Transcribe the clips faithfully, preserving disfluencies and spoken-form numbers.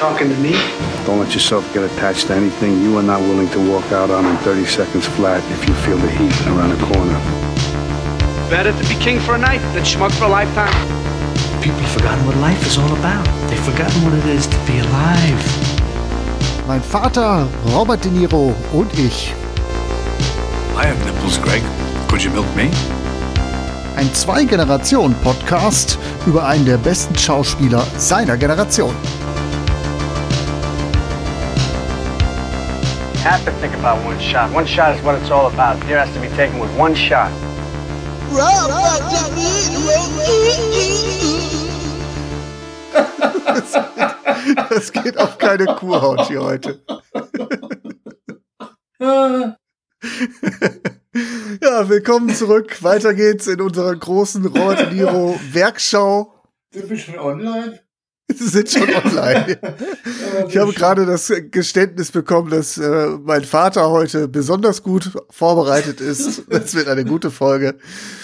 talking to me? Don't let yourself get attached to anything you are not willing to walk out on in thirty seconds flat if you feel the heat around the corner. Better to be king for a night than schmuck for a lifetime. People have forgotten what life is all about. They've forgotten what it is to be alive. Mein Vater, Robert De Niro und ich. I have nipples, Greg. Could you milk me? Ein Zwei-Generationen-Podcast über einen der besten Schauspieler seiner Generation. You have to think about one shot. One shot is what it's all about. Here has to be taken with one shot. Das geht, das geht auf keine Kuhhaut hier heute. Ja, willkommen zurück. Weiter geht's in unserer großen Robert De Niro Werkschau. Sind wir schon online? Sie sind schon online. Ich habe gerade das Geständnis bekommen, dass äh, mein Vater heute besonders gut vorbereitet ist. Das wird eine gute Folge.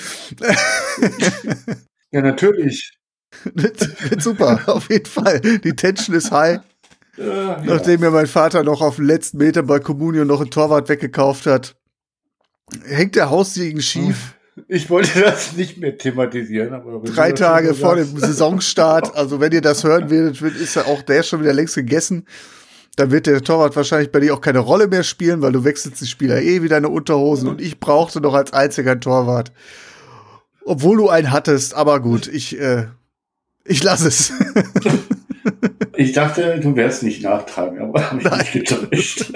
Ja, natürlich. Wird, wird super, auf jeden Fall. Die Tension ist high. Ja, Nachdem mir mein Vater noch auf den letzten Meter bei Communio noch einen Torwart weggekauft hat, hängt der Haussegen schief. Ich wollte das nicht mehr thematisieren. Aber Drei Tage vor dem Saisonstart. Also wenn ihr das hören werdet, ist ja auch der schon wieder längst gegessen. Dann wird der Torwart wahrscheinlich bei dir auch keine Rolle mehr spielen, weil du wechselst die Spieler eh wieder in eine Unterhosen. Und ich brauchte noch als einziger einen Torwart. Obwohl du einen hattest. Aber gut, ich, äh, ich lasse es. Ich dachte, du wärst nicht nachtragen, aber habe ich Nein. nicht getäuscht.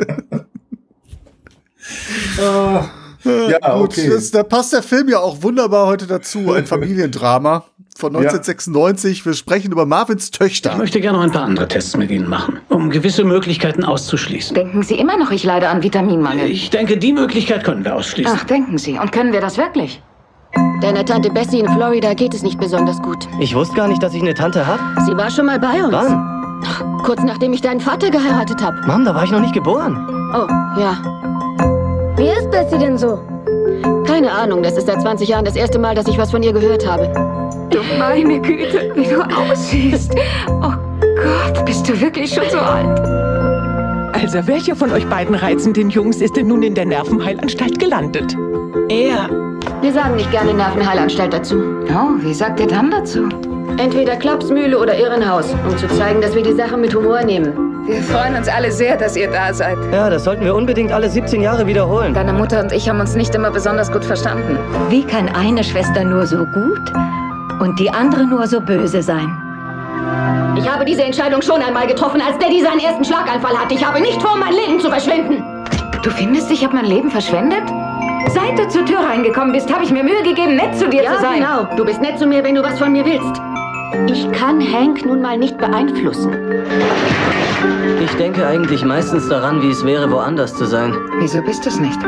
uh, ja, gut, okay. das, da passt der Film ja auch wunderbar heute dazu. Ein Familiendrama von neunzehnhundertsechsundneunzig. Wir sprechen über Marvins Töchter. Ich möchte gerne noch ein paar andere Tests mit Ihnen machen, um gewisse Möglichkeiten auszuschließen. Denken Sie immer noch, ich leide an Vitaminmangel? Ich denke, die Möglichkeit können wir ausschließen. Ach, denken Sie. Und können wir das wirklich? Deiner Tante Bessie in Florida geht es nicht besonders gut. Ich wusste gar nicht, dass ich eine Tante habe. Sie war schon mal bei uns. Wann? Kurz nachdem ich deinen Vater geheiratet habe. Mom, da war ich noch nicht geboren. Oh, ja. Wie ist Bessie denn so? Keine Ahnung, das ist seit zwanzig Jahren das erste Mal, dass ich was von ihr gehört habe. Du meine Güte, wie du aussiehst. Oh Gott, bist du wirklich schon so alt? Also, welcher von euch beiden reizenden Jungs ist denn nun in der Nervenheilanstalt gelandet? Er. Wir sagen nicht gerne Nervenheilanstalt dazu. Oh, wie sagt ihr dann dazu? Entweder Klapsmühle oder Irrenhaus, um zu zeigen, dass wir die Sache mit Humor nehmen. Wir freuen uns alle sehr, dass ihr da seid. Ja, das sollten wir unbedingt alle siebzehn Jahre wiederholen. Deine Mutter und ich haben uns nicht immer besonders gut verstanden. Wie kann eine Schwester nur so gut und die andere nur so böse sein? Ich habe diese Entscheidung schon einmal getroffen, als Daddy seinen ersten Schlaganfall hatte. Ich habe nicht vor, mein Leben zu verschwenden. Du findest, ich habe mein Leben verschwendet? Seit du zur Tür reingekommen bist, habe ich mir Mühe gegeben, nett zu dir ja, zu sein. Ja, genau. Du bist nett zu mir, wenn du was von mir willst. Ich kann Hank nun mal nicht beeinflussen. Ich denke eigentlich meistens daran, wie es wäre, woanders zu sein. Wieso bist du es nicht?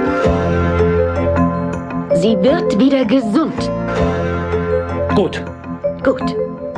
Sie wird wieder gesund. Gut. Gut.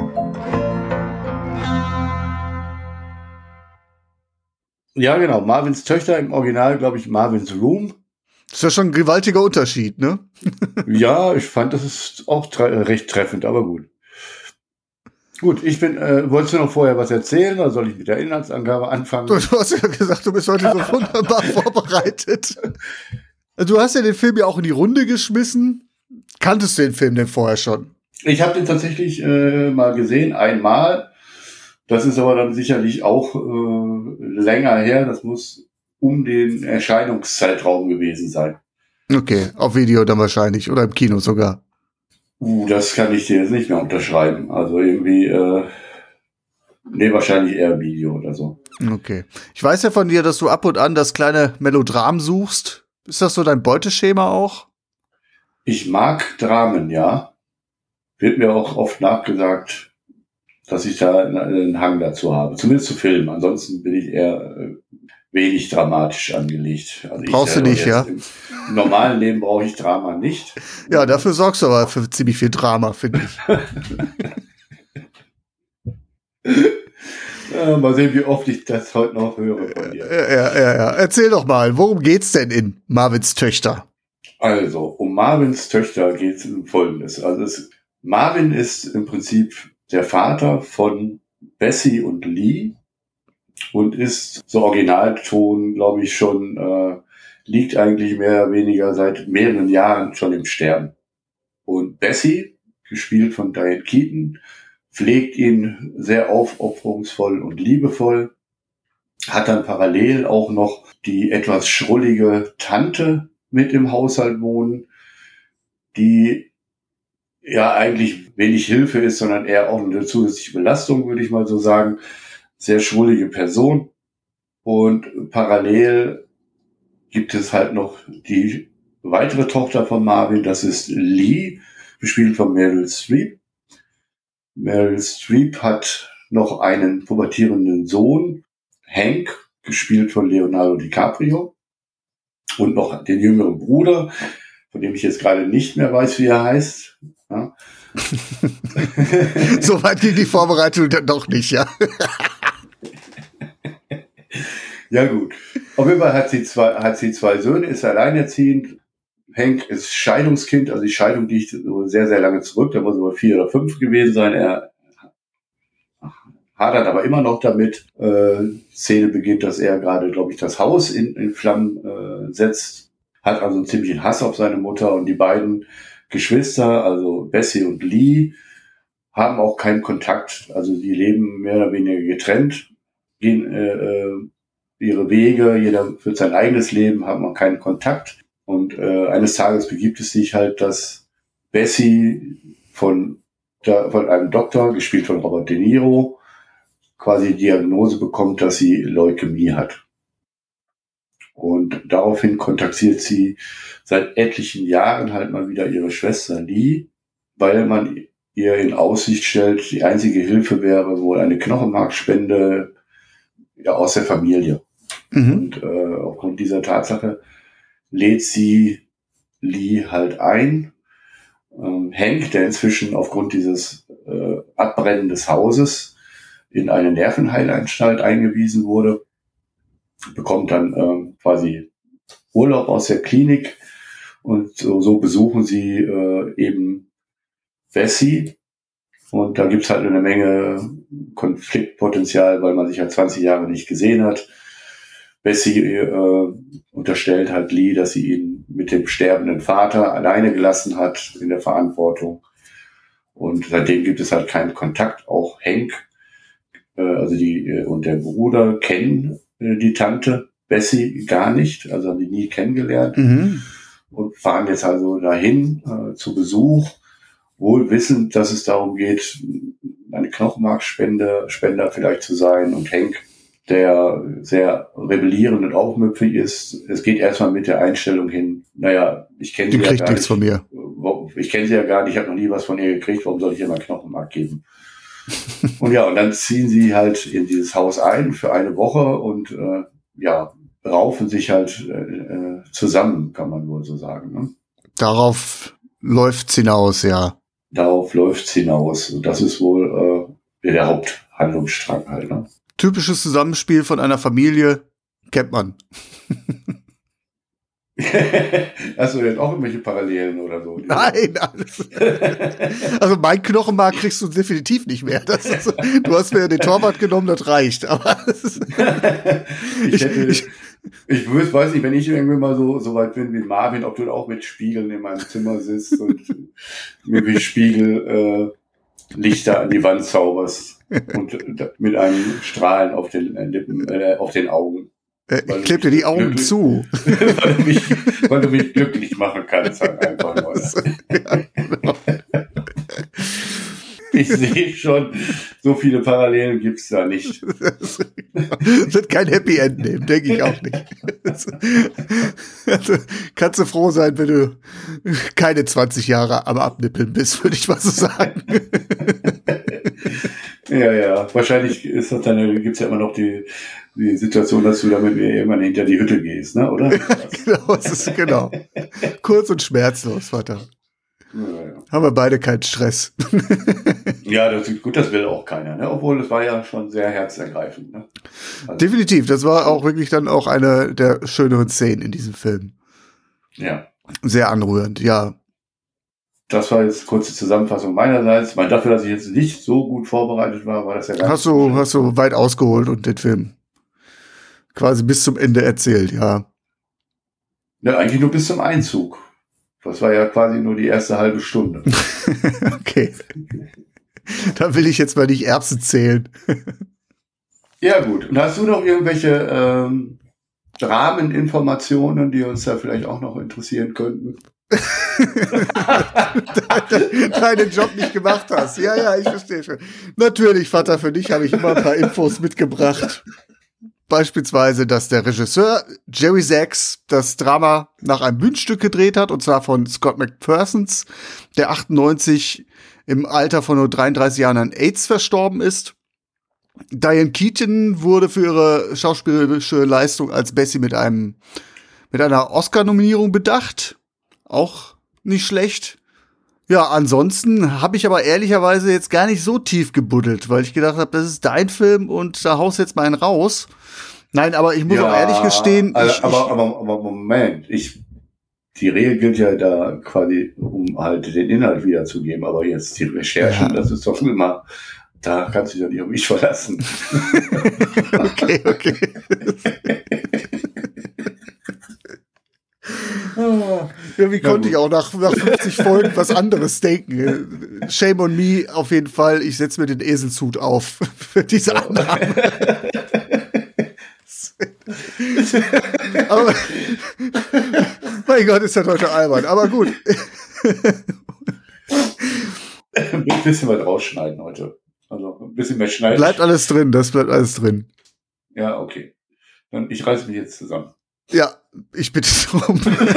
Ja, genau. Marvins Töchter im Original, glaube ich, Marvins Room. Das ist ja schon ein gewaltiger Unterschied, ne? Ja, ich fand, das ist auch tre- recht treffend, aber gut. Gut, ich bin, äh, wolltest du noch vorher was erzählen oder soll ich mit der Inhaltsangabe anfangen? Du, du hast ja gesagt, du bist heute so wunderbar vorbereitet. Du hast ja den Film ja auch in die Runde geschmissen. Kanntest du den Film denn vorher schon? Ich habe den tatsächlich äh, mal gesehen, einmal. Das ist aber dann sicherlich auch äh, länger her. Das muss um den Erscheinungszeitraum gewesen sein. Okay, auf Video dann wahrscheinlich oder im Kino sogar. Uh, das kann ich dir jetzt nicht mehr unterschreiben. Also irgendwie, äh, nee, wahrscheinlich eher Video oder so. Okay. Ich weiß ja von dir, dass du ab und an das kleine Melodram suchst. Ist das so dein Beuteschema auch? Ich mag Dramen, ja. Wird mir auch oft nachgesagt, dass ich da einen Hang dazu habe. Zumindest zu Filmen. Ansonsten bin ich eher äh, wenig dramatisch angelegt. Also Brauchst du nicht, ja? Im normalen Leben brauche ich Drama nicht. Ja, dafür sorgst du aber für ziemlich viel Drama, finde ich. Ja, mal sehen, wie oft ich das heute noch höre von dir. Ja, ja, ja, ja. Erzähl doch mal, worum geht's denn in Marvins Töchter? Also, um Marvins Töchter geht es um Folgendes. Also es, Marvin ist im Prinzip der Vater von Bessie und Lee und ist so Originalton, glaube ich, schon, äh, liegt eigentlich mehr oder weniger seit mehreren Jahren schon im Sterben. Und Bessie, gespielt von Diane Keaton, pflegt ihn sehr aufopferungsvoll und liebevoll, hat dann parallel auch noch die etwas schrullige Tante mit im Haushalt wohnen, die ja eigentlich wenig Hilfe ist, sondern eher auch eine zusätzliche Belastung, würde ich mal so sagen. Sehr schrullige Person. Und parallel gibt es halt noch die weitere Tochter von Marvin, das ist Lee, gespielt von Meryl Streep. Meryl Streep hat noch einen pubertierenden Sohn, Hank, gespielt von Leonardo DiCaprio. Und noch den jüngeren Bruder, von dem ich jetzt gerade nicht mehr weiß, wie er heißt. Ja. Soweit ging die Vorbereitung dann doch nicht, ja. Ja gut. Auf jeden Fall hat sie zwei, hat sie zwei Söhne, ist alleinerziehend. Hank ist Scheidungskind, also die Scheidung liegt so sehr, sehr lange zurück. Da muss er vier oder fünf gewesen sein. Er hadert aber immer noch damit. Äh, Szene beginnt, dass er gerade, glaube ich, das Haus in, in Flammen äh, setzt. Hat also einen ziemlichen Hass auf seine Mutter, und die beiden Geschwister, also Bessie und Lee, haben auch keinen Kontakt. Also die leben mehr oder weniger getrennt, gehen äh, ihre Wege, jeder führt sein eigenes Leben, haben auch keinen Kontakt. Und äh, eines Tages begibt es sich halt, dass Bessie von, der, von einem Doktor, gespielt von Robert De Niro, quasi die Diagnose bekommt, dass sie Leukämie hat. Und daraufhin kontaktiert sie seit etlichen Jahren halt mal wieder ihre Schwester Lee, weil man ihr in Aussicht stellt, die einzige Hilfe wäre wohl eine Knochenmarkspende ja, aus der Familie. Mhm. Und äh, aufgrund dieser Tatsache lädt sie Lee halt ein. Ähm, Hank, der inzwischen aufgrund dieses äh, Abbrennen des Hauses in eine Nervenheilanstalt eingewiesen wurde, bekommt dann ähm, quasi Urlaub aus der Klinik, und so, so besuchen sie äh, eben Bessie, und da gibt's halt eine Menge Konfliktpotenzial, weil man sich halt zwanzig Jahre nicht gesehen hat. Bessie äh, unterstellt halt Lee, dass sie ihn mit dem sterbenden Vater alleine gelassen hat in der Verantwortung, und seitdem gibt es halt keinen Kontakt. Auch Hank, äh, also die äh, und der Bruder kennen die Tante Bessie gar nicht, also haben die nie kennengelernt, mhm. und fahren jetzt also dahin äh, zu Besuch, wohl wissend, dass es darum geht, eine Knochenmarkspender Spender vielleicht zu sein. Und Hank, der sehr rebellierend und aufmüpfig ist, es geht erstmal mit der Einstellung hin, naja, ich kenne sie ja gar nicht. Von mir. Ich kenne sie ja gar nicht, ich habe noch nie was von ihr gekriegt, warum soll ich ihr mal Knochenmark geben? Und ja, und dann ziehen sie halt in dieses Haus ein für eine Woche und äh, ja, raufen sich halt äh, zusammen, kann man wohl so sagen. Ne? Darauf läuft's hinaus, ja. Darauf läuft's hinaus. Und das ist wohl äh, der Haupthandlungsstrang halt. Ne? Typisches Zusammenspiel von einer Familie, kennt man. Hast du denn auch irgendwelche Parallelen oder so? Nein, alles. Also mein Knochenmark kriegst du definitiv nicht mehr. Das ist, du hast mir den Torwart genommen, das reicht. Aber das ist, ich, hätte, ich, ich weiß nicht, wenn ich irgendwie mal so, so weit bin wie Marvin, ob du auch mit Spiegeln in meinem Zimmer sitzt und mir wie Spiegel äh, Lichter an die Wand zauberst und mit einem Strahlen auf den Lippen, äh, auf den Augen. Ich kleb dir die Augen zu. weil, du mich, weil du mich glücklich machen kannst. Halt einfach nur. Ja, genau. Ich sehe schon, so viele Parallelen gibt's da nicht. Das wird kein Happy End nehmen, denke ich auch nicht. Also, kannst du froh sein, wenn du keine zwanzig Jahre am Abnippeln bist, würde ich mal so sagen. Ja, ja. Wahrscheinlich ist das dann, gibt's ja immer noch die, die Situation, dass du da mit mir irgendwann hinter die Hütte gehst, ne, oder? Genau, es ist genau. Kurz und schmerzlos, Vater. Ja, ja. Haben wir beide keinen Stress. Ja, das ist gut, das will auch keiner, ne? Obwohl, es war ja schon sehr herzergreifend, ne? Also, definitiv, das war auch wirklich dann auch eine der schöneren Szenen in diesem Film. Ja. Sehr anrührend, ja. das war jetzt kurze Zusammenfassung meinerseits. Ich meine, dafür, dass ich jetzt nicht so gut vorbereitet war, war das ja ganz Hast du, hast du weit ausgeholt und den Film quasi bis zum Ende erzählt, ja. Ja, eigentlich nur bis zum Einzug. Das war ja quasi nur die erste halbe Stunde. Okay. Da will ich jetzt mal nicht Erbsen zählen. Ja, gut. Und hast du noch irgendwelche ähm, Rahmeninformationen, die uns da vielleicht auch noch interessieren könnten? Deinen Job nicht gemacht hast. Ja, ja, ich verstehe schon. Natürlich, Vater, für dich habe ich immer ein paar Infos mitgebracht. Beispielsweise, dass der Regisseur Jerry Sachs das Drama nach einem Bühnenstück gedreht hat, und zwar von Scott McPhersons, der achtundneunzig im Alter von nur dreiunddreißig Jahren an AIDS verstorben ist. Diane Keaton wurde für ihre schauspielerische Leistung als Bessie mit einem mit einer Oscar-Nominierung bedacht. Auch nicht schlecht. Ja, ansonsten habe ich aber ehrlicherweise jetzt gar nicht so tief gebuddelt, weil ich gedacht habe, das ist dein Film und da haust jetzt mal einen raus. Nein, aber ich muss ja, auch ehrlich gestehen. Also, ich, aber, ich, aber, aber Moment, ich, die Regel gilt ja da quasi, um halt den Inhalt wiederzugeben, aber jetzt die Recherchen, ja. Das ist doch immer, da kannst du dich doch nicht auf mich verlassen. Okay, okay. Ja, wie konnte ich auch nach, nach fünfzig Folgen was anderes denken? Shame on me, auf jeden Fall. Ich setze mir den Eselshut auf für diese Annahme. Aber, mein Gott, ist das heute albern. Aber gut. Ein bisschen was rausschneiden heute. Also ein bisschen mehr schneiden. Bleibt alles drin, das bleibt alles drin. Ja, okay. Dann ich reiße mich jetzt zusammen. Ja, ich bitte drum.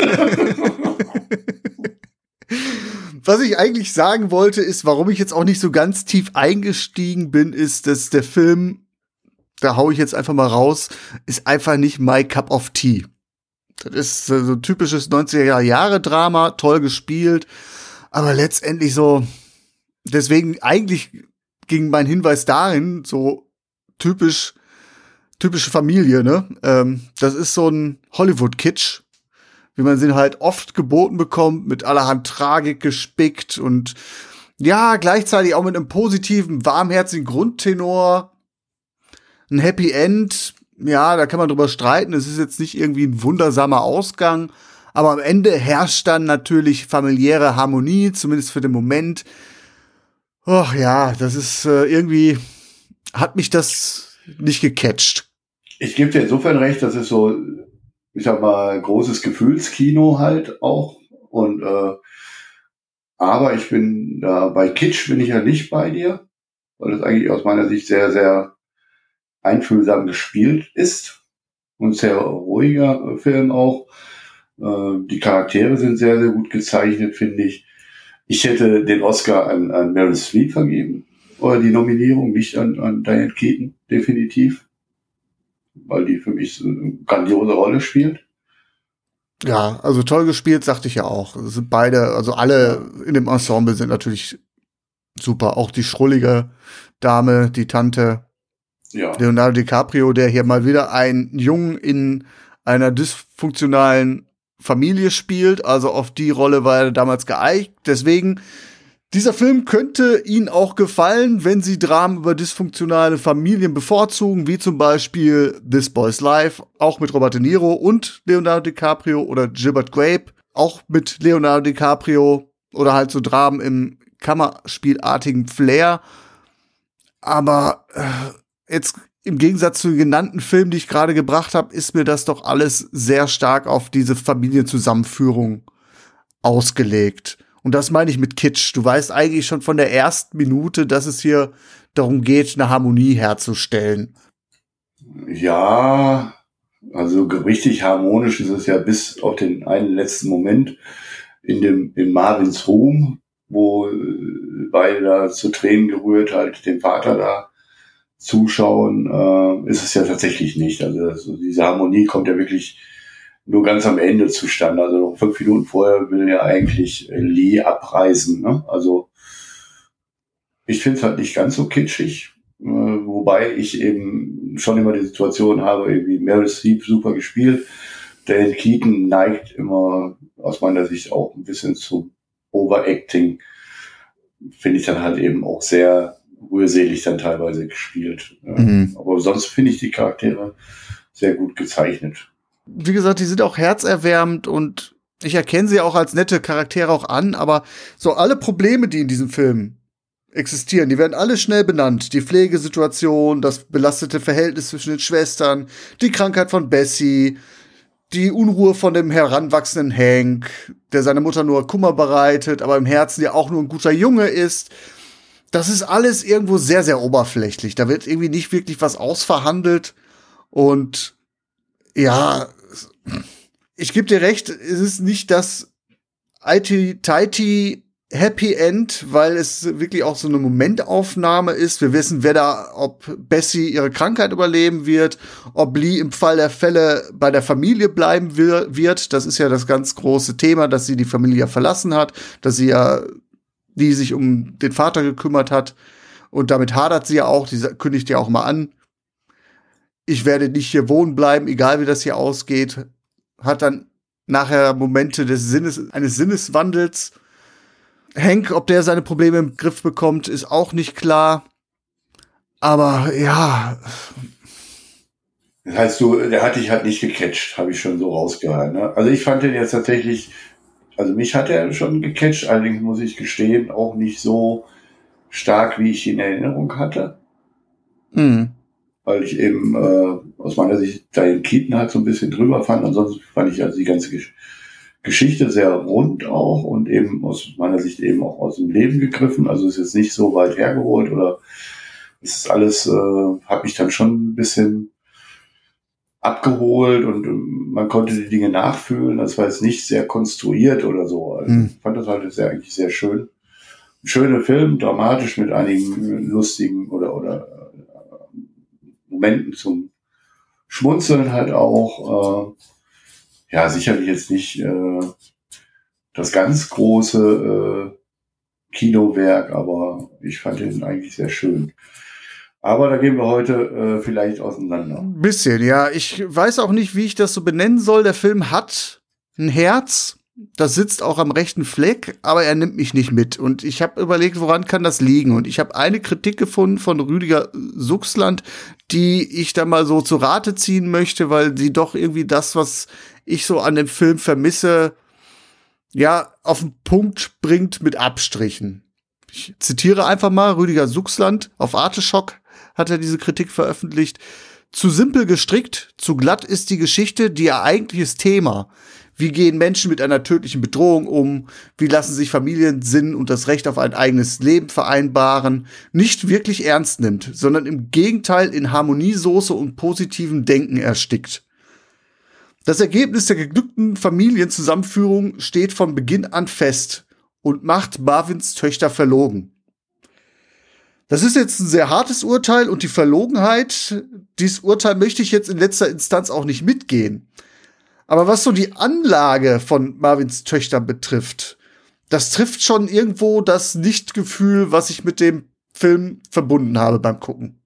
Was ich eigentlich sagen wollte, ist, warum ich jetzt auch nicht so ganz tief eingestiegen bin, ist, dass der Film, da hau ich jetzt einfach mal raus, ist einfach nicht my cup of tea. Das ist so ein typisches neunziger-Jahre-Drama, toll gespielt, aber letztendlich so, deswegen eigentlich ging mein Hinweis dahin, so typisch typische Familie, ne? Ähm, das ist so ein Hollywood-Kitsch, wie man sie halt oft geboten bekommt, mit allerhand Tragik gespickt und ja, gleichzeitig auch mit einem positiven, warmherzigen Grundtenor. Ein Happy End, ja, da kann man drüber streiten. Es ist jetzt nicht irgendwie ein wundersamer Ausgang, aber am Ende herrscht dann natürlich familiäre Harmonie, zumindest für den Moment. Och ja, das ist äh, irgendwie, hat mich das nicht gecatcht. Ich gebe dir insofern recht, das ist so, ich sag mal, großes Gefühlskino halt auch. Und äh, aber ich bin da bei Kitsch bin ich ja nicht bei dir, weil das eigentlich aus meiner Sicht sehr, sehr einfühlsam gespielt ist und sehr ruhiger Film auch. Äh, die Charaktere sind sehr, sehr gut gezeichnet, finde ich. Ich hätte den Oscar an, an Meryl Streep vergeben. Oder die Nominierung, nicht an, an Diane Keaton, definitiv. Weil die für mich so eine grandiose Rolle spielt. Ja, also toll gespielt, sagte ich ja auch. Es sind beide, also alle in dem Ensemble sind natürlich super. Auch die schrullige Dame, die Tante. Ja. Leonardo DiCaprio, der hier mal wieder einen Jungen in einer dysfunktionalen Familie spielt. Also auf die Rolle war er damals geeicht. Deswegen, dieser Film könnte Ihnen auch gefallen, wenn Sie Dramen über dysfunktionale Familien bevorzugen, wie zum Beispiel This Boy's Life, auch mit Robert De Niro und Leonardo DiCaprio, oder Gilbert Grape, auch mit Leonardo DiCaprio, oder halt so Dramen im Kammerspielartigen Flair. Aber äh, jetzt im Gegensatz zu den genannten Filmen, die ich gerade gebracht habe, ist mir das doch alles sehr stark auf diese Familienzusammenführung ausgelegt. Und das meine ich mit Kitsch. Du weißt eigentlich schon von der ersten Minute, dass es hier darum geht, eine Harmonie herzustellen. Ja, also richtig harmonisch ist es ja bis auf den einen letzten Moment in dem in Marvins Ruhm, wo beide da zu Tränen gerührt halt den Vater da zuschauen, äh, ist es ja tatsächlich nicht. Also das, diese Harmonie kommt ja wirklich nur ganz am Ende zustande. Also noch fünf Minuten vorher will ja eigentlich Lee abreisen. Ne? Also ich finde es halt nicht ganz so kitschig, äh, wobei ich eben schon immer die Situation habe, irgendwie Meryl Streep super gespielt. Diane Keaton neigt immer aus meiner Sicht auch ein bisschen zum Overacting finde ich dann halt eben auch sehr rührselig dann teilweise gespielt. Mhm. Aber sonst finde ich die Charaktere sehr gut gezeichnet. Wie gesagt, die sind auch herzerwärmend und ich erkenne sie auch als nette Charaktere auch an, aber so alle Probleme, die in diesem Film existieren, die werden alle schnell benannt. Die Pflegesituation, das belastete Verhältnis zwischen den Schwestern, die Krankheit von Bessie, die Unruhe von dem heranwachsenden Hank, der seiner Mutter nur Kummer bereitet, aber im Herzen ja auch nur ein guter Junge ist. Das ist alles irgendwo sehr, sehr oberflächlich. Da wird irgendwie nicht wirklich was ausverhandelt. Und ja, ich gebe dir recht, es ist nicht das Tighty Happy End, weil es wirklich auch so eine Momentaufnahme ist. Wir wissen, wer da, ob Bessie ihre Krankheit überleben wird, ob Lee im Fall der Fälle bei der Familie bleiben wird. Das ist ja das ganz große Thema, dass sie die Familie verlassen hat, dass sie ja, die sich um den Vater gekümmert hat. Und damit hadert sie ja auch, die kündigt ja auch mal an. Ich werde nicht hier wohnen bleiben, egal wie das hier ausgeht. Hat dann nachher Momente des Sinnes, eines Sinneswandels. Hank, ob der seine Probleme im Griff bekommt, ist auch nicht klar. Aber ja. Das heißt, du, der hat dich halt nicht gecatcht, habe ich schon so rausgehört. Ne? Also ich fand den jetzt tatsächlich, also mich hat er schon gecatcht, allerdings muss ich gestehen, auch nicht so stark, wie ich ihn in Erinnerung hatte. Mhm. Weil ich eben äh, aus meiner Sicht Diane Keaton halt so ein bisschen drüber fand. Ansonsten fand ich also die ganze Gesch- Geschichte sehr rund auch und eben aus meiner Sicht eben auch aus dem Leben gegriffen. Also ist jetzt nicht so weit hergeholt oder es ist alles, äh, hat mich dann schon ein bisschen abgeholt und ähm, man konnte die Dinge nachfühlen. Das war jetzt nicht sehr konstruiert oder so. Also Mhm. ich fand das halt sehr, eigentlich sehr schön. Ein schöner Film, dramatisch mit einigen lustigen oder, oder äh, Momenten zum Schmunzeln halt auch. Äh, ja, sicherlich jetzt nicht äh, das ganz große äh, Kinowerk, aber ich fand ihn eigentlich sehr schön. Aber da gehen wir heute äh, vielleicht auseinander. Ein bisschen, ja. Ich weiß auch nicht, wie ich das so benennen soll. Der Film hat ein Herz, das sitzt auch am rechten Fleck, aber er nimmt mich nicht mit. Und ich habe überlegt, woran kann das liegen? Und ich habe eine Kritik gefunden von Rüdiger Suchsland, die ich da mal so zu Rate ziehen möchte, weil sie doch irgendwie das, was ich so an dem Film vermisse, ja, auf den Punkt bringt mit Abstrichen. Ich zitiere einfach mal Rüdiger Suchsland. Auf Arteschock hat er diese Kritik veröffentlicht. Zu simpel gestrickt, zu glatt ist die Geschichte, die ihr eigentliches Thema. Wie gehen Menschen mit einer tödlichen Bedrohung um? Wie lassen sich Familiensinn und das Recht auf ein eigenes Leben vereinbaren? Nicht wirklich ernst nimmt, sondern im Gegenteil in Harmoniesoße und positivem Denken erstickt. Das Ergebnis der geglückten Familienzusammenführung steht von Beginn an fest und macht Marvins Töchter verlogen. Das ist jetzt ein sehr hartes Urteil und die Verlogenheit, dieses Urteil möchte ich jetzt in letzter Instanz auch nicht mitgehen. Aber was so die Anlage von Marvins Töchtern betrifft, das trifft schon irgendwo das Nichtgefühl, was ich mit dem Film verbunden habe beim Gucken.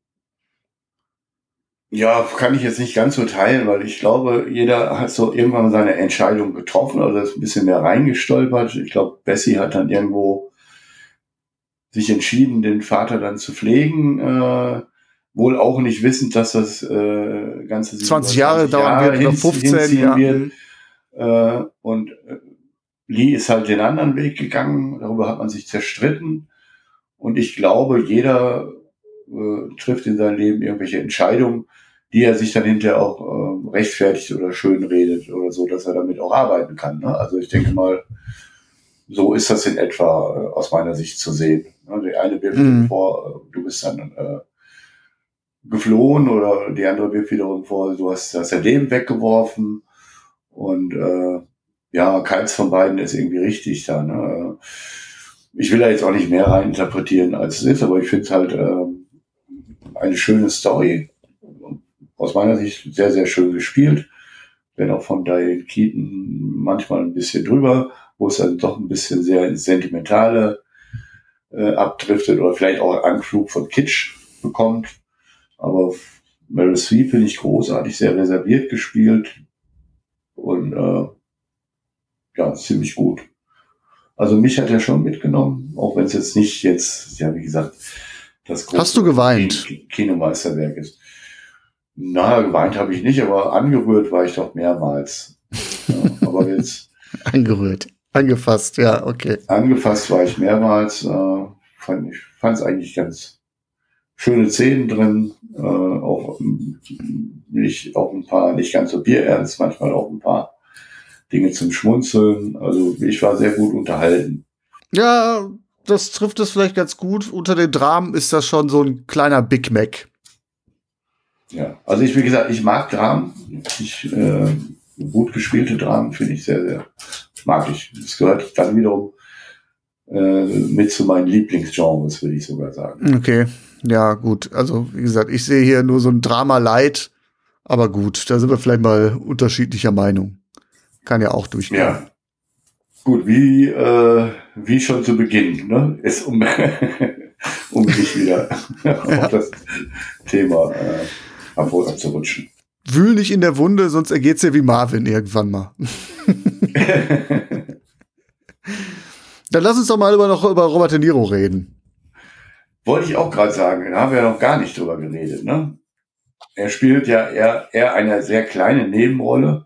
Ja, kann ich jetzt nicht ganz so teilen, weil ich glaube, jeder hat so irgendwann mal seine Entscheidung getroffen oder ist ein bisschen mehr reingestolpert. Ich glaube, Bessie hat dann irgendwo sich entschieden, den Vater dann zu pflegen, äh, wohl auch nicht wissend, dass das äh, Ganze zwanzig Jahre dauern wird oder fünfzehn Jahre. Äh, und äh, Lee ist halt den anderen Weg gegangen, darüber hat man sich zerstritten. Und ich glaube, jeder äh, trifft in seinem Leben irgendwelche Entscheidungen, die er sich dann hinterher auch äh, rechtfertigt oder schön redet oder so, dass er damit auch arbeiten kann. Ne? Also ich denke mal, so ist das in etwa äh, aus meiner Sicht zu sehen. Ne? Die eine wirft Mhm. vor, du bist dann äh, geflohen oder die andere wirft wiederum vor, du hast das Leben weggeworfen und äh, ja, keins von beiden ist irgendwie richtig da. Ne? Ich will da jetzt auch nicht mehr rein interpretieren, als es ist, aber ich finde es halt äh, eine schöne Story. Aus meiner Sicht sehr, sehr schön gespielt. Wenn auch von Diane Keaton manchmal ein bisschen drüber, wo es dann doch ein bisschen sehr ins Sentimentale äh, abdriftet oder vielleicht auch einen Anflug von Kitsch bekommt. Aber Meryl Streep finde ich großartig, sehr reserviert gespielt und äh, ja, ziemlich gut. Also mich hat er schon mitgenommen, auch wenn es jetzt nicht jetzt, ja wie gesagt, das große Hast du geweint? Kinomeisterwerk ist. Na, geweint habe ich nicht, aber angerührt war ich doch mehrmals. Ja, aber jetzt angerührt, angefasst, ja, okay. Angefasst war ich mehrmals. Äh, fand ich fand es eigentlich ganz schöne Szenen drin, äh, auch nicht auch ein paar nicht ganz so bierernst, manchmal auch ein paar Dinge zum Schmunzeln. Also ich war sehr gut unterhalten. Ja, das trifft es vielleicht ganz gut. Unter den Dramen ist das schon so ein kleiner Big Mac. Ja, also ich, wie gesagt, ich mag Dramen. Ich, äh, gut gespielte Dramen finde ich sehr, sehr, mag ich. Das gehört dann wiederum äh, mit zu meinen Lieblingsgenres, würde ich sogar sagen. Okay, ja, gut. Also, wie gesagt, ich sehe hier nur so ein Drama-Light. Aber gut, da sind wir vielleicht mal unterschiedlicher Meinung. Kann ja auch durchgehen. Ja. Gut, wie, äh, wie schon zu Beginn, ne? Ist um, um sich wieder ja. auf das Thema äh, abzurutschen. Wühl nicht in der Wunde, sonst ergeht's dir wie Marvin irgendwann mal. Dann lass uns doch mal über, noch über Robert De Niro reden. Wollte ich auch gerade sagen, da haben wir ja noch gar nicht drüber geredet, ne? Er spielt ja eher, eher eine sehr kleine Nebenrolle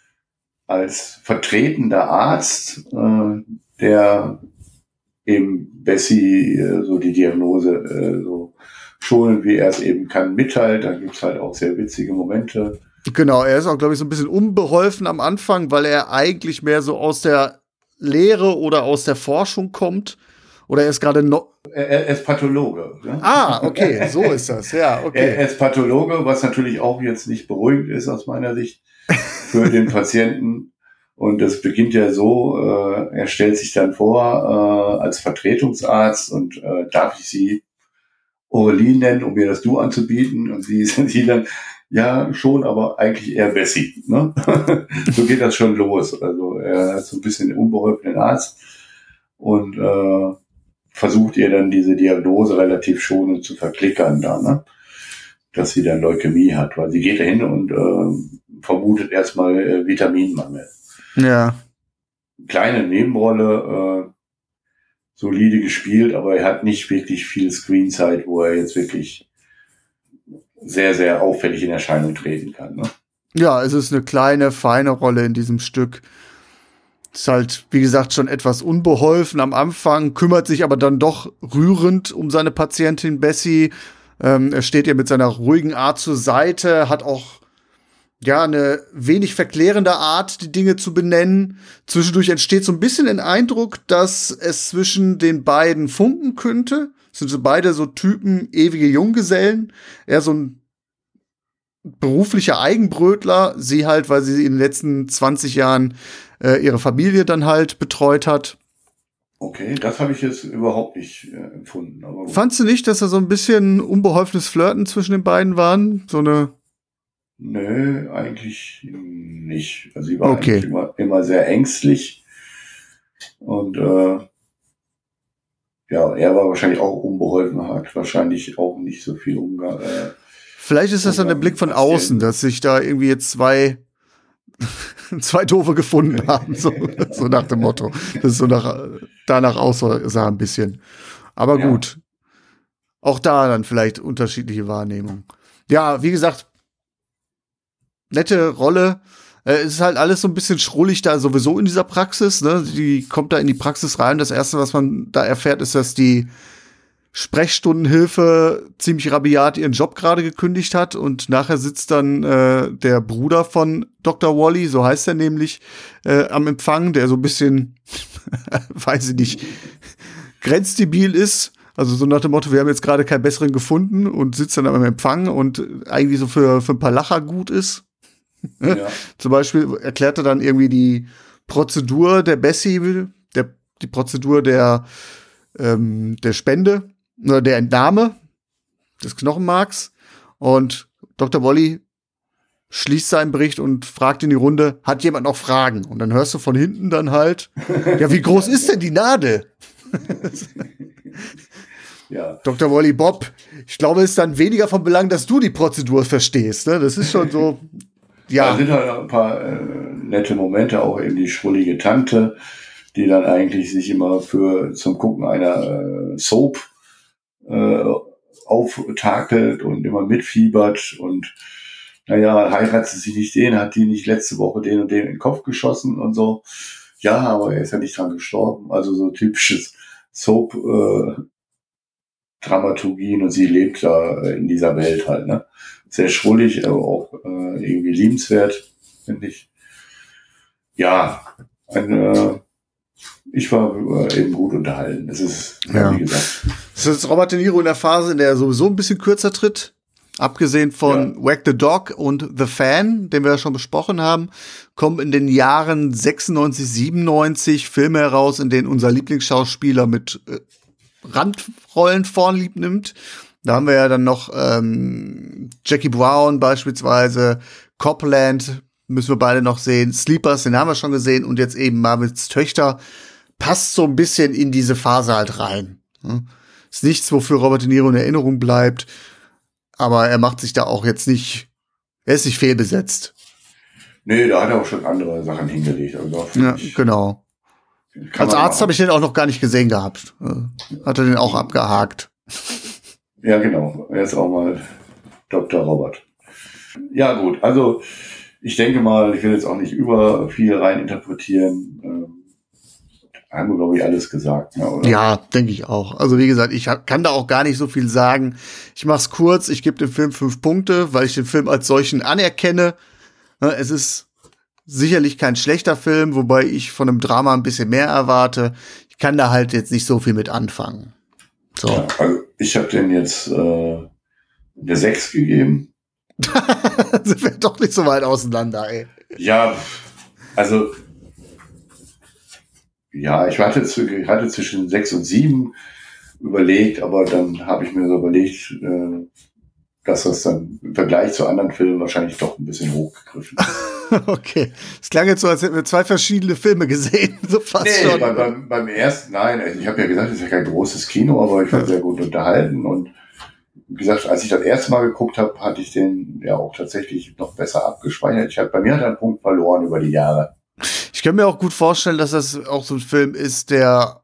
als vertretender Arzt, äh, der eben Bessie äh, so die Diagnose äh, so schonend, wie er es eben kann, mitteilt. Da gibt's halt auch sehr witzige Momente. Genau, er ist auch, glaube ich, so ein bisschen unbeholfen am Anfang, weil er eigentlich mehr so aus der Lehre oder aus der Forschung kommt. Oder er ist gerade noch... Er, er ist Pathologe. Ne? Ah, okay, so ist das, ja, okay. Er ist Pathologe, was natürlich auch jetzt nicht beruhigend ist aus meiner Sicht für den Patienten. Und das beginnt ja so, äh, er stellt sich dann vor äh, als Vertretungsarzt und äh, darf ich Sie Aurelie nennen, um mir das Du anzubieten? Und sie sind sie dann, ja, schon, aber eigentlich eher Bessie. Ne? So geht das schon los. Also er ist so ein bisschen unbeholfenen Arzt und äh, versucht ihr dann diese Diagnose relativ schonend zu verklickern, da, ne? Dass sie dann Leukämie hat, weil sie geht dahin und äh, vermutet erstmal äh, Vitaminmangel. Ja. Kleine Nebenrolle, äh, solide gespielt, aber er hat nicht wirklich viel Screenzeit, wo er jetzt wirklich sehr, sehr auffällig in Erscheinung treten kann. Ne? Ja, es ist eine kleine, feine Rolle in diesem Stück. Ist halt, wie gesagt, schon etwas unbeholfen am Anfang, kümmert sich aber dann doch rührend um seine Patientin Bessie. Ähm, er steht ihr mit seiner ruhigen Art zur Seite, hat auch ja eine wenig verklärende Art, die Dinge zu benennen. Zwischendurch entsteht so ein bisschen ein Eindruck, dass es zwischen den beiden funken könnte. Es sind so beide so Typen, ewige Junggesellen. Er so ein beruflicher Eigenbrötler, sie halt, weil sie in den letzten zwanzig Jahren äh, ihre Familie dann halt betreut hat. Okay, das habe ich jetzt überhaupt nicht äh, empfunden. Aber gut. Fandst du nicht, dass da so ein bisschen unbeholfenes Flirten zwischen den beiden waren? So eine Nö, eigentlich nicht. Also sie war okay. eigentlich immer, immer sehr ängstlich. Und äh, ja, er war wahrscheinlich auch unbeholfen, hat wahrscheinlich auch nicht so viel Umgang. Äh, Vielleicht ist das dann der Blick von außen, dass sich da irgendwie jetzt zwei zwei Doofe gefunden haben, so, so nach dem Motto. Das ist so nach, danach aussah ein bisschen. Aber ja. gut. Auch da dann vielleicht unterschiedliche Wahrnehmungen. Ja, wie gesagt, nette Rolle. Äh, es ist halt alles so ein bisschen schrullig da sowieso in dieser Praxis. Ne? Die kommt da in die Praxis rein. Das Erste, was man da erfährt, ist, dass die Sprechstundenhilfe ziemlich rabiat ihren Job gerade gekündigt hat und nachher sitzt dann äh, der Bruder von Doktor Wally, so heißt er nämlich, äh, am Empfang, der so ein bisschen, weiß ich nicht, grenzdebil ist. Also so nach dem Motto, wir haben jetzt gerade keinen besseren gefunden und sitzt dann am Empfang und eigentlich so für, für ein paar Lacher gut ist. Ja. Zum Beispiel erklärt er dann irgendwie die Prozedur der Bessie, der, die Prozedur der, ähm, der Spende, oder der Entnahme des Knochenmarks. Und Doktor Wally schließt seinen Bericht und fragt in die Runde, hat jemand noch Fragen? Und dann hörst du von hinten dann halt, ja, wie groß ist denn die Nadel? Ja. Doktor Wally Bob, ich glaube, es ist dann weniger von Belang, dass du die Prozedur verstehst. Ne? Das ist schon so, ja. Da sind halt ein paar äh, nette Momente, auch eben die schrullige Tante, die dann eigentlich sich immer für zum Gucken einer äh, Soap äh, auftakelt und immer mitfiebert und naja, heiratet sie sich nicht den, hat die nicht letzte Woche den und den in den Kopf geschossen und so. Ja, aber er ist ja nicht dran gestorben. Also so typisches Soap-Dramaturgien äh, und sie lebt da in dieser Welt halt, ne? Sehr schrullig, aber auch äh, irgendwie liebenswert, finde ich. Ja, eine, ich war äh, eben gut unterhalten. Es ist, ja. wie gesagt. Das ist Robert De Niro in der Phase, in der er sowieso ein bisschen kürzer tritt. Abgesehen von ja. Wag the Dog und The Fan, den wir ja schon besprochen haben, kommen in den Jahren sechsundneunzig, siebenundneunzig Filme heraus, in denen unser Lieblingsschauspieler mit äh, Randrollen vorlieb nimmt. Da haben wir ja dann noch ähm, Jackie Brown beispielsweise, Copland müssen wir beide noch sehen, Sleepers, den haben wir schon gesehen und jetzt eben Marvins Töchter. Passt so ein bisschen in diese Phase halt rein. Hm? Ist nichts, wofür Robert De Niro in Erinnerung bleibt. Aber er macht sich da auch jetzt nicht, er ist nicht fehlbesetzt. Nee, da hat er auch schon andere Sachen hingelegt. Also ja, ich, genau. Als Arzt habe ich den auch noch gar nicht gesehen gehabt. Hat er den auch abgehakt. Ja, genau. Er ist auch mal Doktor Robert. Ja, gut. Also, ich denke mal, ich will jetzt auch nicht über viel rein interpretieren. Ähm, haben wir, glaube ich, alles gesagt. Ne, oder? Ja, denke ich auch. Also wie gesagt, ich kann da auch gar nicht so viel sagen. Ich mach's kurz, ich gebe dem Film fünf Punkte, weil ich den Film als solchen anerkenne. Es ist sicherlich kein schlechter Film, wobei ich von einem Drama ein bisschen mehr erwarte. Ich kann da halt jetzt nicht so viel mit anfangen. So. Ja, also ich habe den jetzt äh, eine sechs gegeben. Sind wir doch nicht so weit auseinander, ey. Ja, also ja, ich hatte, ich hatte zwischen sechs und sieben überlegt, aber dann habe ich mir so überlegt, äh, dass das dann im Vergleich zu anderen Filmen wahrscheinlich doch ein bisschen hochgegriffen ist. Okay. Es klang jetzt so, als hätten wir zwei verschiedene Filme gesehen. So fast nee, schon. Beim, beim, beim ersten, nein. Ich habe ja gesagt, es ist ja kein großes Kino, aber ich war sehr gut unterhalten. Und wie gesagt, als ich das erste Mal geguckt habe, hatte ich den ja auch tatsächlich noch besser abgespeichert. Ich hab, bei mir hat er einen Punkt verloren über die Jahre. Ich kann mir auch gut vorstellen, dass das auch so ein Film ist, der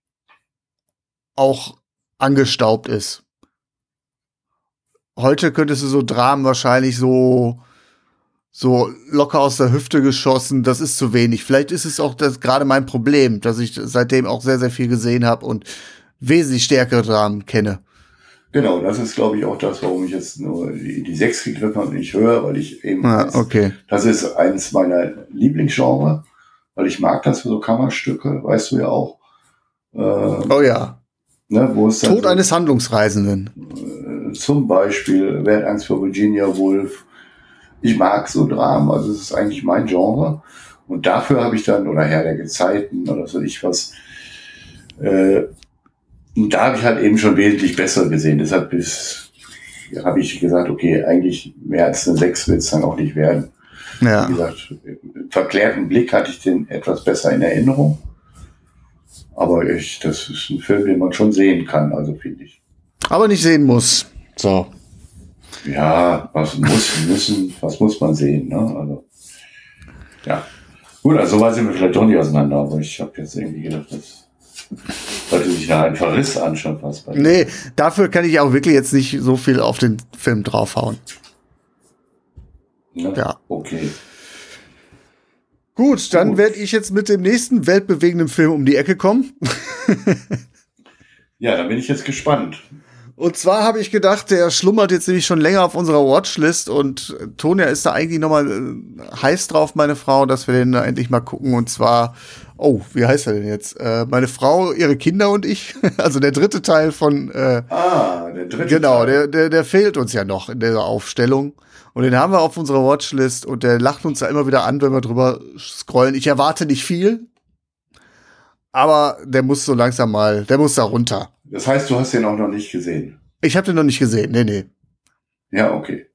auch angestaubt ist. Heute könntest du so Dramen wahrscheinlich so so locker aus der Hüfte geschossen, das ist zu wenig. Vielleicht ist es auch das gerade mein Problem, dass ich seitdem auch sehr, sehr viel gesehen habe und wesentlich stärkere Dramen kenne. Genau, das ist, glaube ich, auch das, warum ich jetzt nur die, die sechs gegriffen habe und nicht höher, weil ich eben ah, okay. weiß, das ist eins meiner Lieblingsgenre, weil ich mag das für so Kammerstücke, weißt du ja auch. Ähm, oh ja. Ne, wo es Tod so, eines Handlungsreisenden. Äh, zum Beispiel Wer hat Angst vor Virginia Woolf. Ich mag so Dramen, also es ist eigentlich mein Genre. Und dafür habe ich dann, oder Herr der Gezeiten oder so ich was, äh, und da habe ich halt eben schon wesentlich besser gesehen. Deshalb habe ich gesagt, okay, eigentlich mehr als eine sechs wird es dann auch nicht werden. Ja. Wie gesagt, im verklärten Blick hatte ich den etwas besser in Erinnerung. Aber ich, das ist ein Film, den man schon sehen kann, also finde ich. Aber nicht sehen muss. So. Ja, was muss, müssen, was muss man sehen, ne? Also, ja. Gut, also so weit sind wir vielleicht doch nicht auseinander, aber ich habe jetzt irgendwie gedacht, das sollte sich da ein Verriss anschauen, was bei Nee, dafür kann ich auch wirklich jetzt nicht so viel auf den Film draufhauen. Ja, ja. Okay. Gut, dann werde ich jetzt mit dem nächsten weltbewegenden Film um die Ecke kommen. Ja, da bin ich jetzt gespannt. Und zwar habe ich gedacht, der schlummert jetzt nämlich schon länger auf unserer Watchlist und Tonja ist da eigentlich nochmal äh, heiß drauf, meine Frau, dass wir den da endlich mal gucken. Und zwar, oh, wie heißt er denn jetzt? Äh, meine Frau, ihre Kinder und ich. Also der dritte Teil von äh, Ah, der dritte Genau, Teil. der, der, der fehlt uns ja noch in der Aufstellung. Und den haben wir auf unserer Watchlist und der lacht uns da immer wieder an, wenn wir drüber scrollen. Ich erwarte nicht viel, aber der muss so langsam mal, der muss da runter. Das heißt, du hast den auch noch nicht gesehen? Ich habe den noch nicht gesehen, nee, nee. Ja, okay.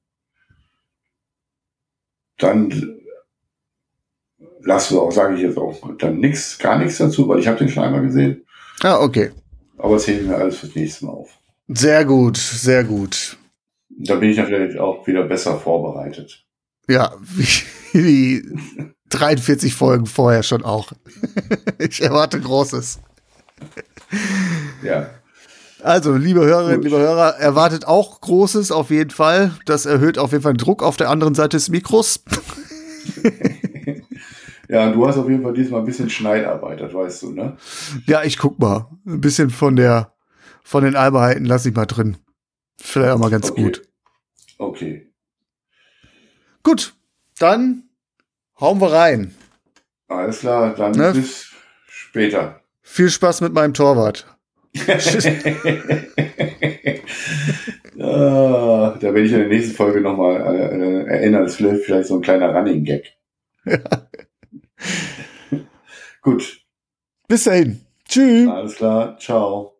Dann lassen wir auch, sage ich jetzt auch, dann nix, gar nichts dazu, weil ich habe den schon einmal gesehen. Ah, okay. Aber es heben wir alles fürs nächste Mal auf. Sehr gut, sehr gut. Da bin ich natürlich auch wieder besser vorbereitet. Ja, wie, wie dreiundvierzig Folgen vorher schon auch. Ich erwarte Großes. Ja. Also, liebe Hörerinnen, liebe Hörer, erwartet auch Großes auf jeden Fall. Das erhöht auf jeden Fall den Druck auf der anderen Seite des Mikros. Ja, du hast auf jeden Fall diesmal ein bisschen Schneidarbeit, das weißt du, ne? Ja, ich guck mal. Ein bisschen von der, von den Alberheiten lasse ich mal drin. Vielleicht auch mal ganz okay. gut. Okay. Gut, dann hauen wir rein. Alles klar, dann ne? Bis später. Viel Spaß mit meinem Torwart. ah, da werde ich in der nächsten Folge nochmal äh, erinnern. Das ist vielleicht, vielleicht so ein kleiner Running Gag. Ja. Gut. Bis dahin. Tschüss. Alles klar. Ciao.